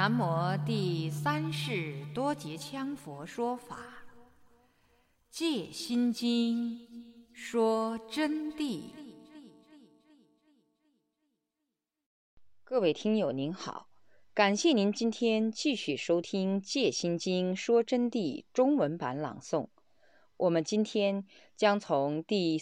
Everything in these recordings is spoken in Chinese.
南无第三世多杰羌佛说法，戒心经说真谛。 各位听友您好，感谢您今天继续收听《戒心经说真谛》中文版朗诵。我们今天将从第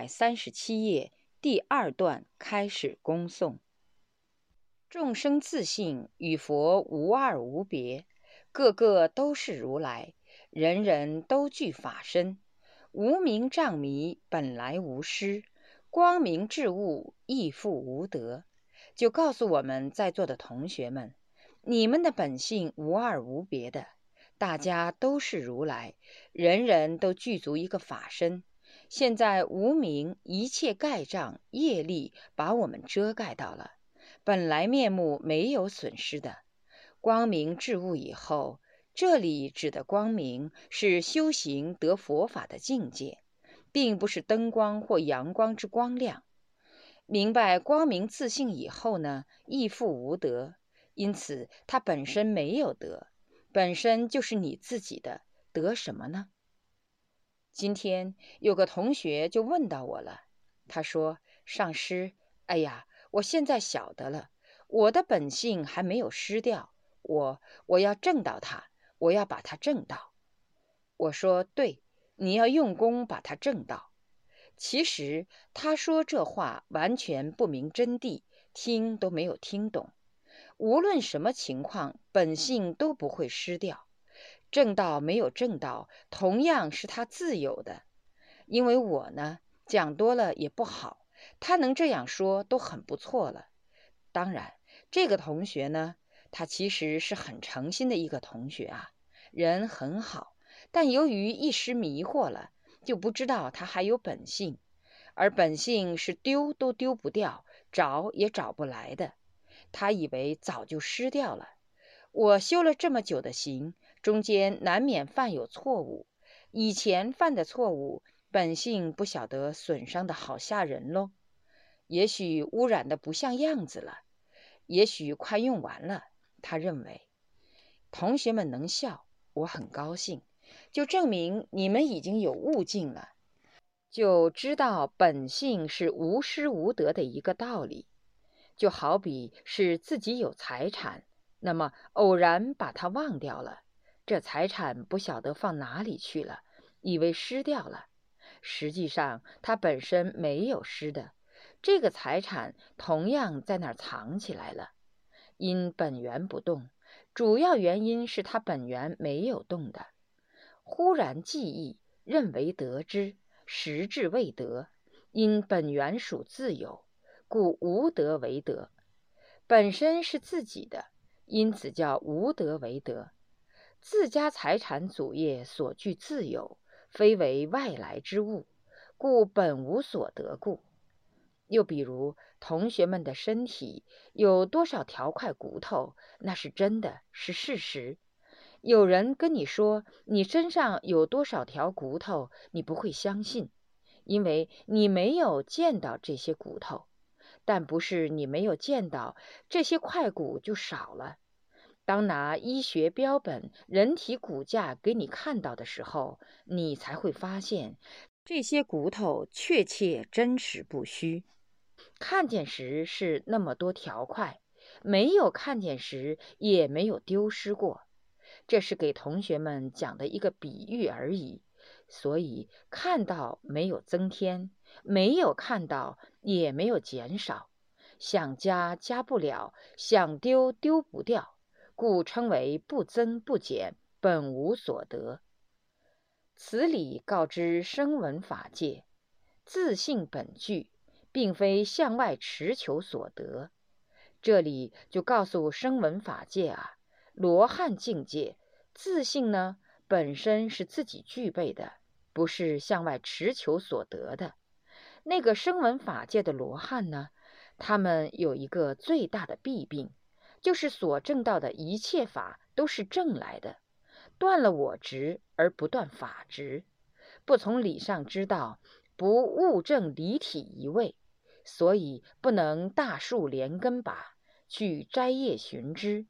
437页第2段开始恭诵。众生自性与佛无二无别，个个都是如来，人人都具法身。无明障迷本来无失，光明智悟亦复无得。就告诉我们在座的同学们，你们的本性无二无别的，大家都是如来，人人都具足一个法身。现在无明一切盖障业力把我们遮盖到了，本来面目没有损失的。光明智悟以后，这里指的光明是修行得佛法的境界，并不是灯光或阳光之光亮。明白光明自性以后呢，亦复无得，因此它本身没有得，本身就是你自己的，得什么呢？今天有个同学就问到我了，他说：上师，哎呀，我现在晓得了，我的本性还没有失掉，我要证到它，我要把它证到。我说对，你要用功把它证到。其实他说这话完全不明真谛，听都没有听懂。无论什么情况，本性都不会失掉。证到没有证到，同样是他自有的。因为我呢，讲多了也不好，他能这样说都很不错了。当然，这个同学呢，他其实是很诚心的一个同学啊，人很好，但由于一时迷惑了，就不知道他还有本性，而本性是丢都丢不掉，找也找不来的。他以为早就失掉了。我修了这么久的行，中间难免犯有错误，以前犯的错误，本性不晓得损伤的好吓人咯。也许污染的不像样子了，也许快用完了。他认为同学们能笑，我很高兴，就证明你们已经有悟境了，就知道本性是无失无得的一个道理。就好比是自己有财产，那么偶然把它忘掉了，这财产不晓得放哪里去了，以为失掉了，实际上它本身没有失的，这个财产同样在那儿藏起来了。因本源不动，主要原因是它本源没有动的。忽然记忆，认为得之，实质未得，因本源属自有，故无得为得。本身是自己的，因此叫无得为得。自家财产祖业所具自有，非为外来之物，故本无所得故。又比如同学们的身体有多少条块骨头，那是真的，是事实。有人跟你说你身上有多少条骨头，你不会相信，因为你没有见到这些骨头。但不是你没有见到，这些块骨就少了。当拿医学标本、人体骨架给你看到的时候，你才会发现，这些骨头确切真实不虚。看见时是那么多条块，没有看见时也没有丢失过。这是给同学们讲的一个比喻而已，所以看到没有增添，没有看到也没有减少，想加加不了，想丢丢不掉，故称为不增不减，本无所得。此理告知声闻法界，自性本具，并非向外持求所得。这里就告诉声闻法界啊，罗汉境界自性呢，本身是自己具备的，不是向外持求所得的。那个声闻法界的罗汉呢，他们有一个最大的弊病，就是所证到的一切法都是证来的，断了我执而不断法执，不从理上知道，不悟证离体一味，所以不能大树连根拔，去摘叶寻枝，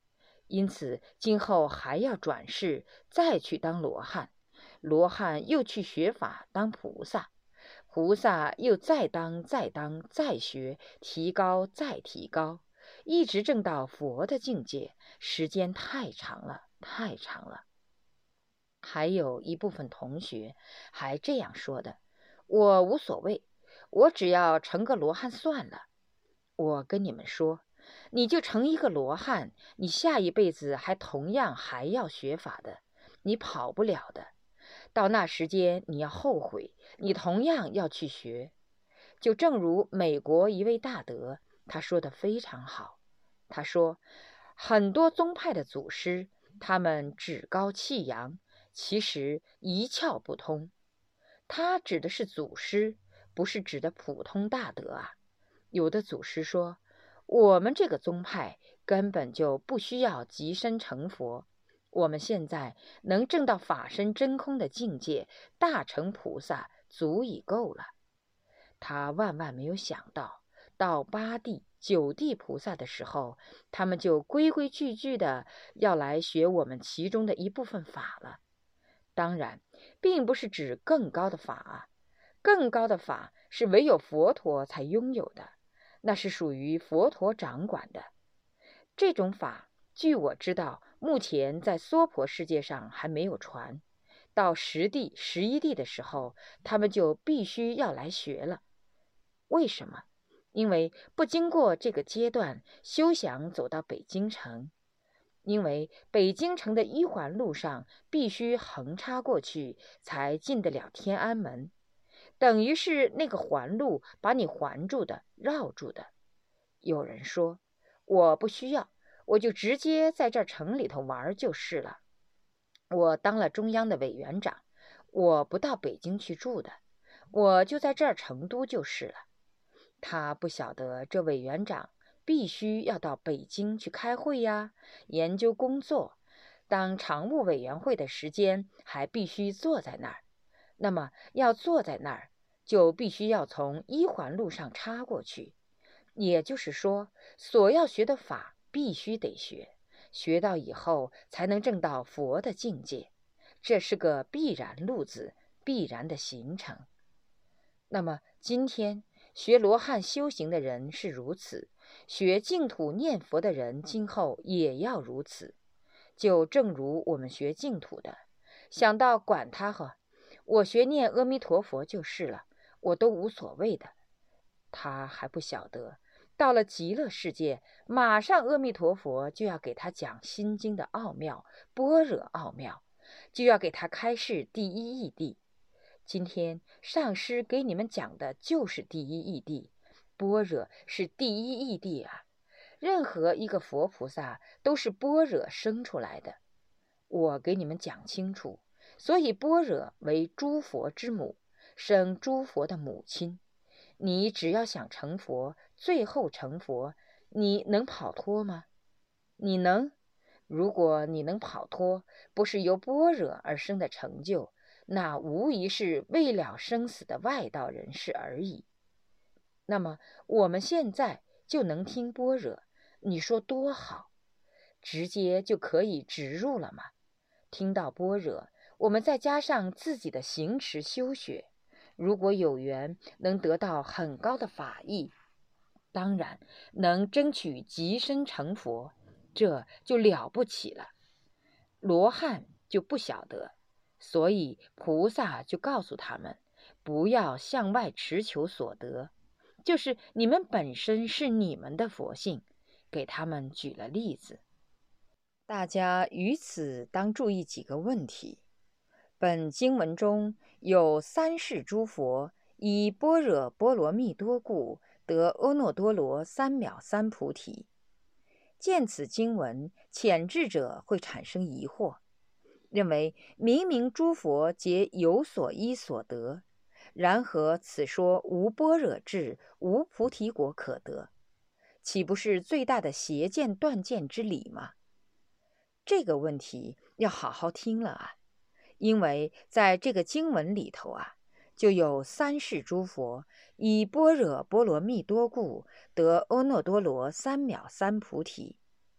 因此今后还要转世再去当罗汉，罗汉又去学法当菩萨，菩萨又再学，提高再提高，一直证到佛的境界，时间太长了，太长了。还有一部分同学还这样说的：我无所谓，我只要成个罗汉算了。我跟你们说，你就成一个罗汉，你下一辈子同样还要学法的，你跑不了的。到那时间你要后悔，你同样要去学。就正如美国一位大德，他说的非常好。他说，很多宗派的祖师，他们趾高气扬，其实一窍不通。他指的是祖师，不是指的普通大德啊。有的祖师说，我们这个宗派根本就不需要即身成佛，我们现在能证到法身真空的境界，大乘菩萨足以够了。他万万没有想到，到八地、九地菩萨的时候，他们就规规矩矩的要来学我们其中的一部分法了。当然，并不是指更高的法啊，更高的法是唯有佛陀才拥有的，那是属于佛陀掌管的。这种法，据我知道，目前在娑婆世界上还没有传。到10地、11地的时候，他们就必须要来学了。为什么？因为不经过这个阶段，休想走到北京城。因为北京城的一环路上必须横插过去，才进得了天安门，等于是那个环路把你环住的、绕住的。有人说，我不需要，我就直接在这城里头玩就是了。我当了中央的委员长，我不到北京去住的，我就在这儿成都就是了。他不晓得这委员长必须要到北京去开会呀，研究工作，当常务委员会的时间还必须坐在那儿。那么要坐在那儿，就必须要从一环路上插过去。也就是说，所要学的法必须得学，学到以后才能证到佛的境界，这是个必然路子，必然的行程。那么今天学罗汉修行的人是如此，学净土念佛的人今后也要如此。就正如我们学净土的，想到管他呵，我学念阿弥陀佛就是了，我都无所谓的。他还不晓得，到了极乐世界，马上阿弥陀佛就要给他讲心经的奥妙，般若奥妙，就要给他开示第一义谛。今天上师给你们讲的就是第一义谛，般若是第一义谛啊。任何一个佛菩萨都是般若生出来的，我给你们讲清楚。所以般若为诸佛之母，生诸佛的母亲。你只要想成佛，最后成佛，你能跑脱吗？你能？如果你能跑脱，不是由般若而生的成就，那无疑是未了生死的外道人士而已。那么我们现在就能听般若，你说多好，直接就可以植入了嘛。听到般若，我们再加上自己的行持修学，如果有缘能得到很高的法益，当然能争取即身成佛，这就了不起了。罗汉就不晓得，所以菩萨就告诉他们，不要向外持求所得，就是你们本身是你们的佛性，给他们举了例子。大家于此当注意几个问题。本经文中有三世诸佛以般若波罗蜜多故得阿耨多罗三藐三菩提。见此经文，浅智者会产生疑惑，认为明明诸佛皆有所依所得，然何此说无般若智，无菩提果可得？岂不是最大的邪见断见之理吗？这个问题要好好听了啊，因为在这个经文里头啊，就有三世诸佛以般若波罗蜜多故得阿耨多罗三藐三菩提。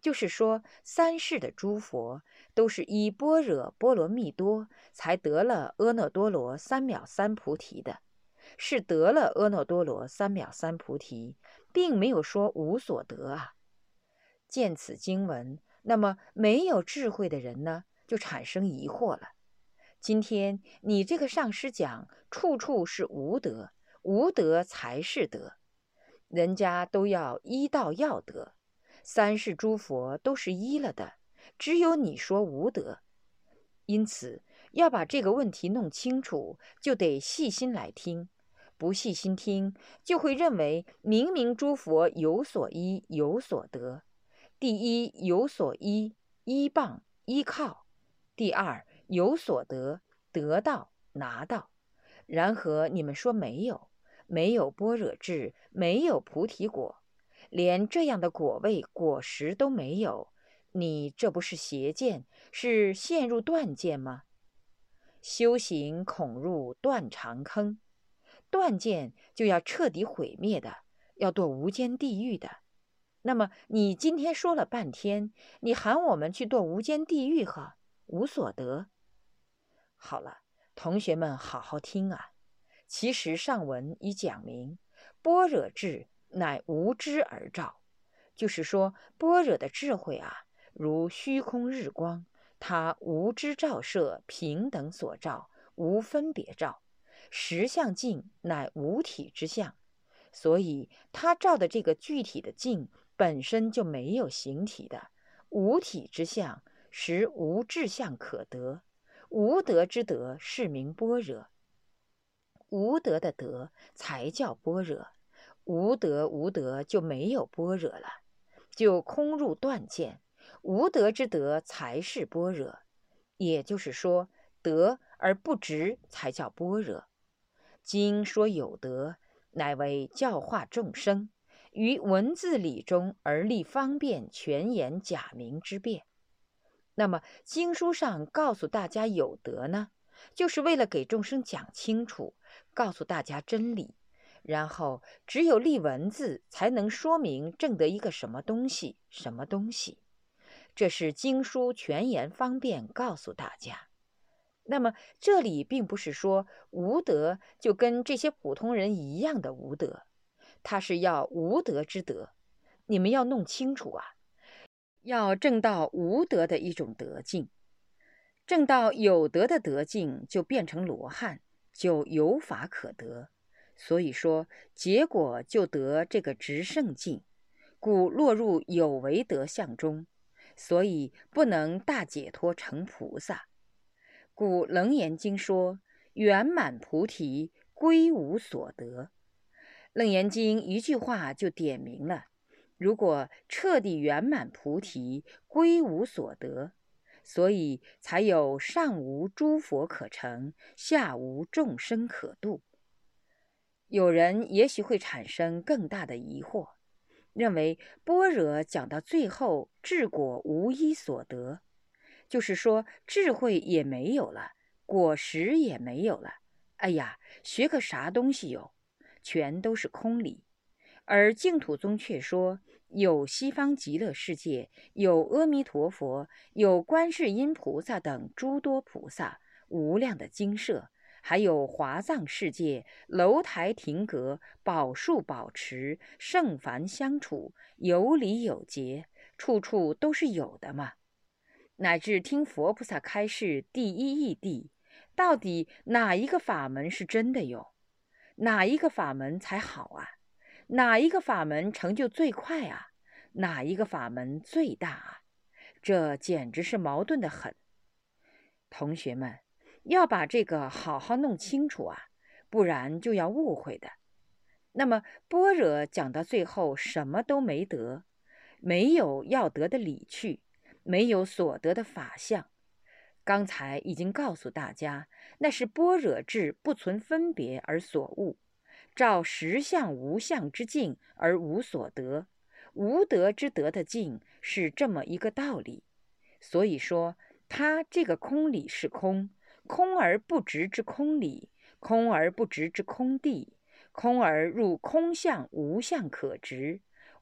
就是说，三世的诸佛都是依般若波罗蜜多才得了阿耨多罗三藐三菩提的，是得了阿耨多罗三藐三菩提，并没有说无所得啊。见此经文，那么没有智慧的人呢，就产生疑惑了。今天你这个上师讲，处处是无德，无德才是德，人家都要依道要德，三世诸佛都是依了的，只有你说无德。因此要把这个问题弄清楚，就得细心来听，不细心听，就会认为明明诸佛有所依，有所得。第一，有所依，依傍依靠；第二，有所得，得到拿到。然而你们说没有，没有般若智，没有菩提果，连这样的果位果实都没有，你这不是邪见，是陷入断见吗？修行恐入断肠坑，断见就要彻底毁灭的，要堕无间地狱的。那么你今天说了半天，你喊我们去堕无间地狱呵，无所得。好了，同学们好好听啊。其实上文已讲明，般若智乃无知而照，就是说般若的智慧啊，如虚空日光，它无知照射，平等所照，无分别照。实相境乃无体之相，所以它照的这个具体的境本身就没有形体的，无体之相，实无智相可得。无德之德是名般若，无德的德才叫般若，无德就没有般若了，就空入断见，无德之德才是般若。也就是说，德而不执才叫般若。经说有德，乃为教化众生，于文字理中而立方便全言假名之辩。那么经书上告诉大家有德呢，就是为了给众生讲清楚，告诉大家真理，然后只有立文字才能说明证得一个什么东西，什么东西。这是经书全言方便告诉大家。那么这里并不是说无德就跟这些普通人一样的无德，他是要无德之德。你们要弄清楚啊，要证到无德的一种德境，证到有德的德境就变成罗汉，就有法可得。所以说结果就得这个直圣境，故落入有为德相中，所以不能大解脱成菩萨。故楞严经说圆满菩提归无所得。楞严经一句话就点明了，如果彻底圆满菩提归无所得，所以才有上无诸佛可成，下无众生可度。有人也许会产生更大的疑惑，认为般若讲到最后智果无一所得，就是说智慧也没有了，果实也没有了。哎呀，学个啥东西哟，全都是空理。而净土宗却说有西方极乐世界，有阿弥陀佛，有观世音菩萨等诸多菩萨，无量的精舍，还有华藏世界，楼台亭阁，宝树宝池，圣凡相处，有礼有节，处处都是有的嘛。乃至听佛菩萨开示第一义谛，到底哪一个法门是真的有？哪一个法门才好啊？哪一个法门成就最快啊？哪一个法门最大啊？这简直是矛盾得很。同学们要把这个好好弄清楚啊，不然就要误会的。那么般若讲到最后什么都没得，没有要得的理趣，没有所得的法相。刚才已经告诉大家，那是般若智不存分别而所悟，照实相无相之境而无所得，无德之德的境是这么一个道理。所以说它这个空理是空，空而不执之空理，空而不执之空地，空而入空相无相可执，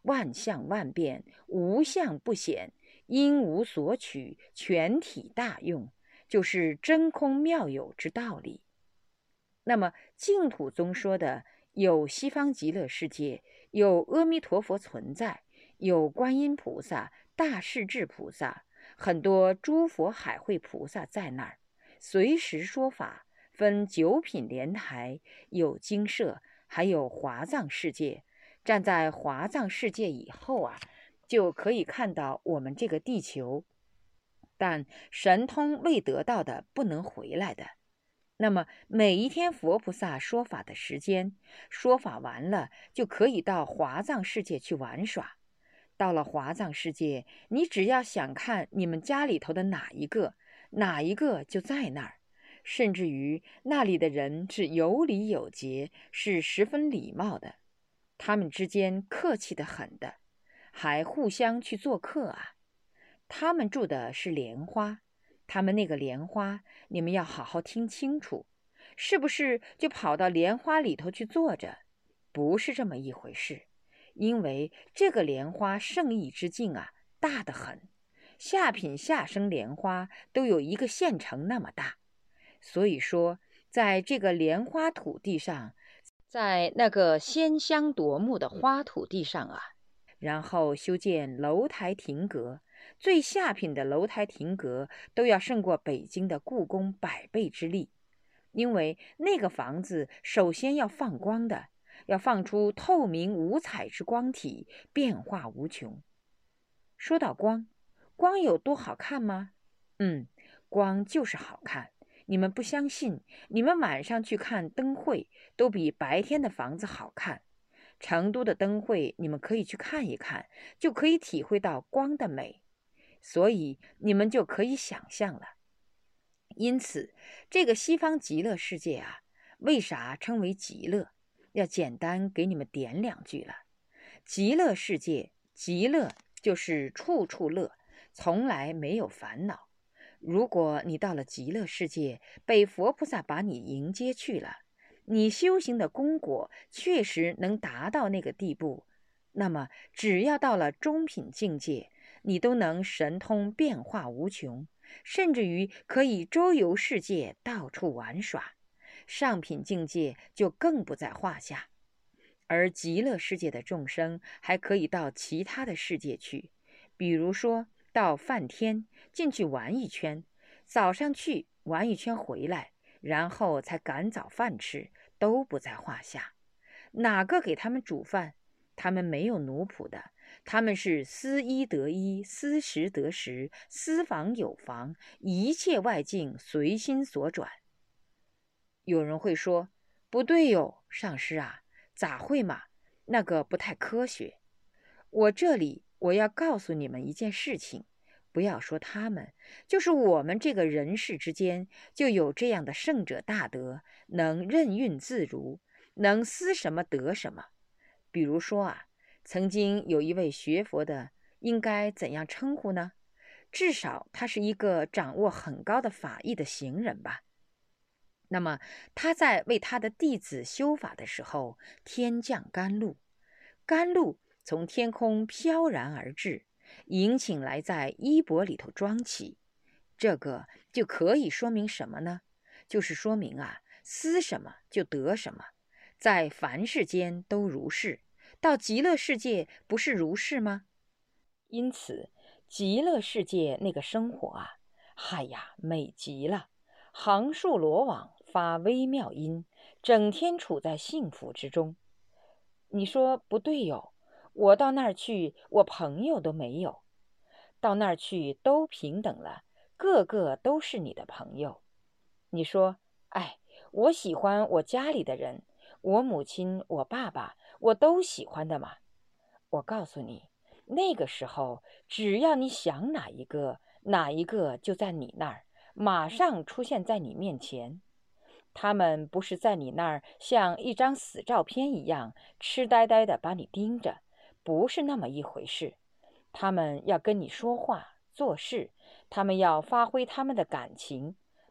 万象万变，无相不显，因无所取，全体大用，就是真空妙有之道理。那么净土宗说的有西方极乐世界，有阿弥陀佛存在，有观音菩萨、大势至菩萨，很多诸佛海会菩萨在那儿，随时说法，分九品莲台，有精舍，还有华藏世界。站在华藏世界以后就可以看到我们这个地球，但神通未得到的不能回来的。那么每一天佛菩萨说法的时间，说法完了就可以到华藏世界去玩耍。到了华藏世界，你只要想看你们家里头的哪一个就在那儿，甚至于那里的人是有礼有节，是十分礼貌的，他们之间客气得很的，还互相去做客他们住的是莲花，他们那个莲花你们要好好听清楚，是不是就跑到莲花里头去坐着？不是这么一回事。因为这个莲花圣意之境大得很，下品下生莲花都有一个县城那么大。所以说在这个莲花土地上，在那个鲜香夺目的花土地上然后修建楼台亭阁，最下品的楼台亭阁都要胜过北京的故宫100倍之力。因为那个房子首先要放光的，要放出透明五彩之光体，变化无穷。说到光，光有多好看吗？光就是好看。你们不相信，你们晚上去看灯会，都比白天的房子好看。成都的灯会你们可以去看一看，就可以体会到光的美，所以你们就可以想象了。因此这个西方极乐世界为啥称为极乐？要简单给你们点2句了。极乐世界，极乐就是处处乐，从来没有烦恼。如果你到了极乐世界，被佛菩萨把你迎接去了，你修行的功果确实能达到那个地步，那么只要到了中品境界，你都能神通变化无穷，甚至于可以周游世界，到处玩耍。上品境界就更不在话下。而极乐世界的众生还可以到其他的世界去，比如说到梵天进去玩一圈，早上去玩一圈回来，然后才赶早饭吃，都不在话下。哪个给他们煮饭？他们没有奴仆的，他们是思衣得衣，思食得食，思房有房，一切外境随心所转。有人会说，不对哟，上师咋会嘛？那个不太科学。我要告诉你们一件事情，不要说他们，就是我们这个人世之间，就有这样的圣者大德，能任运自如，能思什么得什么。比如说曾经有一位学佛的，应该怎样称呼呢？至少他是一个掌握很高的法义的行人吧。那么他在为他的弟子修法的时候，天降甘露，甘露从天空飘然而至，迎请来在衣钵里头装起。这个就可以说明什么呢？就是说明思什么就得什么，在凡世间都如是，到极乐世界不是如是吗？因此极乐世界那个生活美极了，行树罗网，发微妙音，整天处在幸福之中。你说不对哟，我到那儿去，我朋友都没有。到那儿去都平等了，个个都是你的朋友。你说，我喜欢我家里的人，我母亲、我爸爸，我都喜欢的嘛。我告诉你，那个时候，只要你想哪一个，哪一个就在你那儿，马上出现在你面前。他们不是在你那儿像一张死照片一样痴呆呆地把你盯着，不是那么一回事。他们要跟你说话做事，他们要发挥他们的感情，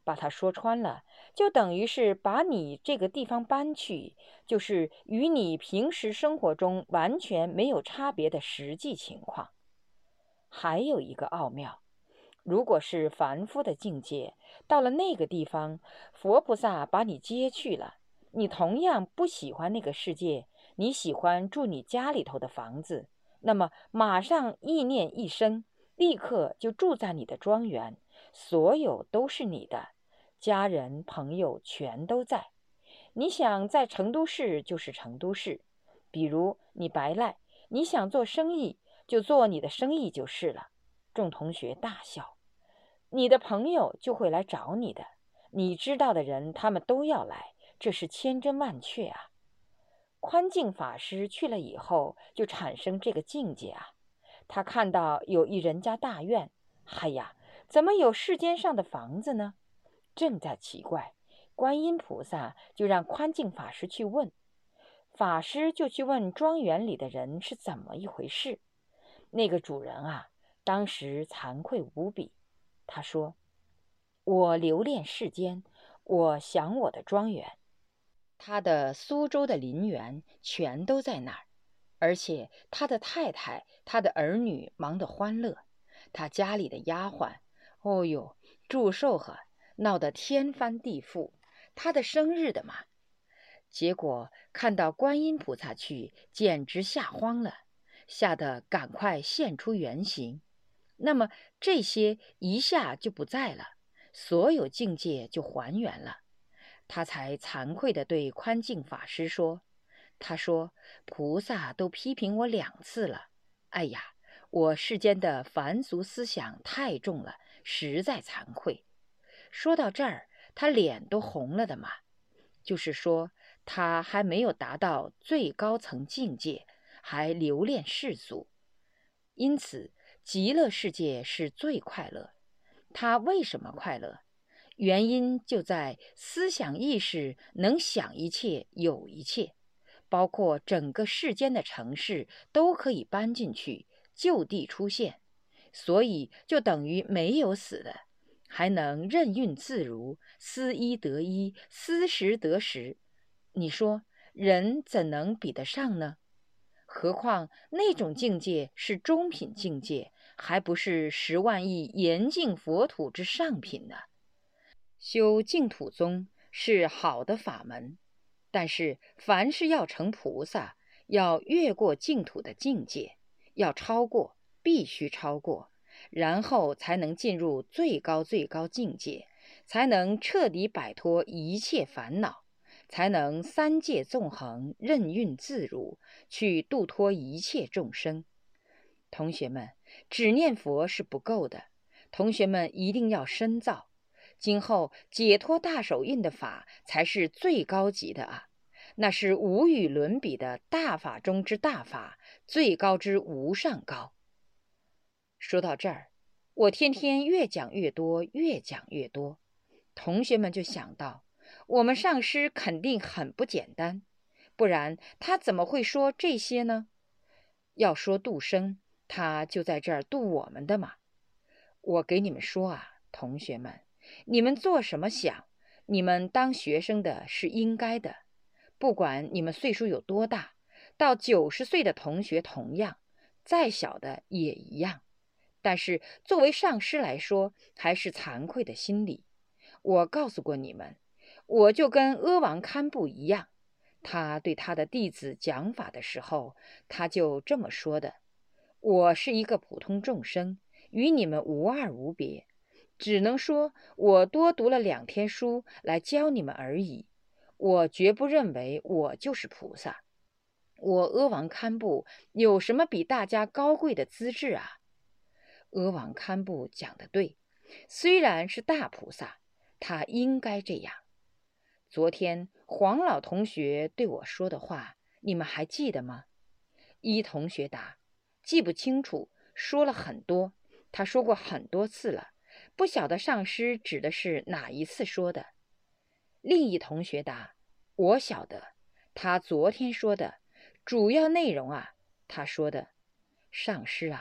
把它说穿了，就等于是把你这个地方搬去，就是与你平时生活中完全没有差别的实际情况。还有一个奥妙，如果是凡夫的境界，到了那个地方，佛菩萨把你接去了，你同样不喜欢那个世界，你喜欢住你家里头的房子，那么马上意念一生，立刻就住在你的庄园，所有都是你的，家人朋友全都在。你想在成都市就是成都市，比如你白赖，你想做生意就做你的生意就是了。众同学大笑。你的朋友就会来找你的，你知道的人他们都要来，这是千真万确啊。宽净法师去了以后，就产生这个境界啊。他看到有一人家大院，哎呀，怎么有世间上的房子呢？正在奇怪，观音菩萨就让宽净法师去问。法师就去问庄园里的人是怎么一回事。那个主人啊，当时惭愧无比。他说：我留恋世间，我想我的庄园。他的苏州的林园全都在那儿，而且他的太太、他的儿女忙得欢乐，他家里的丫鬟，哦哟，祝寿呵，闹得天翻地覆。他的生日的嘛，结果看到观音菩萨去，简直吓慌了，吓得赶快现出原形。那么这些一下就不在了，所有境界就还原了。他才惭愧地对宽净法师说：他说菩萨都批评我2次了，哎呀，我世间的凡俗思想太重了，实在惭愧。说到这儿，他脸都红了的嘛，就是说他还没有达到最高层境界，还留恋世俗。因此极乐世界是最快乐。他为什么快乐？原因就在思想意识能想一切有一切，包括整个世间的城市都可以搬进去，就地出现，所以就等于没有死的，还能任运自如，思一得一，思时得时。你说人怎能比得上呢？何况那种境界是中品境界，还不是10万亿严净佛土之上品呢。修净土宗是好的法门，但是凡是要成菩萨，要越过净土的境界，要超过，必须超过，然后才能进入最高最高境界，才能彻底摆脱一切烦恼，才能三界纵横，任运自如，去度脱一切众生。同学们，只念佛是不够的，同学们一定要深造。今后解脱大手印的法才是最高级的啊，那是无与伦比的大法中之大法，最高之无上高。说到这儿，我天天越讲越多，越讲越多，同学们就想到，我们上师肯定很不简单，不然他怎么会说这些呢？要说度生，他就在这儿度我们的嘛。我给你们说啊，同学们，你们做什么想，你们当学生的是应该的，不管你们岁数有多大，到90岁的同学同样，再小的也一样。但是作为上师来说，还是惭愧的心理。我告诉过你们，我就跟阿王堪布一样，他对他的弟子讲法的时候，他就这么说的：我是一个普通众生，与你们无二无别，只能说我多读了2天书来教你们而已。我绝不认为我就是菩萨。我阿王堪布有什么比大家高贵的资质啊？阿王堪布讲得对，虽然是大菩萨，他应该这样。昨天黄老同学对我说的话，你们还记得吗？一同学答：记不清楚，说了很多，他说过很多次了，不晓得上师指的是哪一次说的。另一同学答：我晓得，他昨天说的主要内容啊，他说的：上师啊，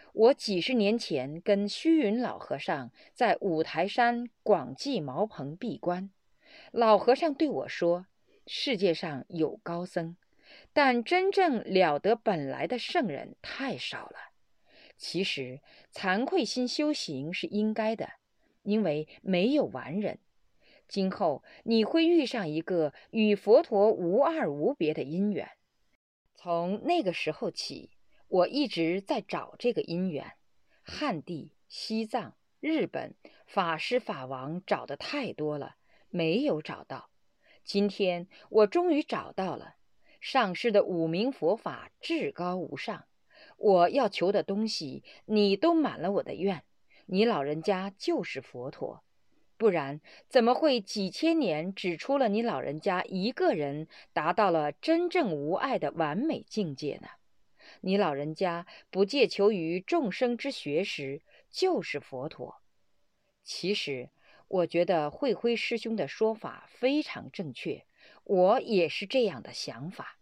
我几十年前跟虚云老和尚在五台山广济茅棚闭关，老和尚对我说，世界上有高僧，但真正了得本来的圣人太少了。其实惭愧心修行是应该的，因为没有完人。今后你会遇上一个与佛陀无二无别的因缘。从那个时候起，我一直在找这个因缘。汉地、西藏、日本法师法王找的太多了，没有找到。今天我终于找到了。上师的五明佛法至高无上，我要求的东西你都满了我的愿，你老人家就是佛陀。不然怎么会几千年只出了你老人家一个人达到了真正无碍的完美境界呢？你老人家不借求于众生之学识，就是佛陀。其实我觉得慧辉师兄的说法非常正确，我也是这样的想法。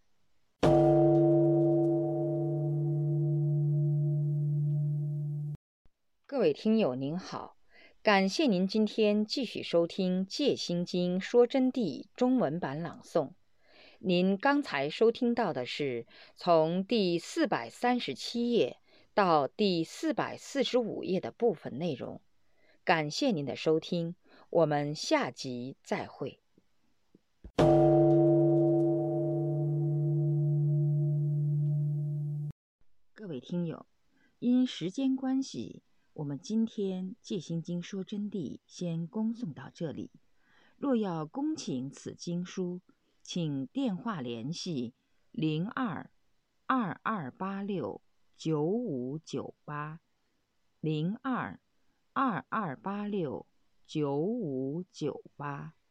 各位听友您好，感谢您今天继续收听《戒心经说真谛》中文版朗诵。您刚才收听到的是从第437页到第445页的部分内容。感谢您的收听，我们下集再会。各位听友，因时间关系，我们今天戒心经说真谛先恭诵到这里。若要恭请此经书，请电话联系02-2286-9598 02-2286-9598。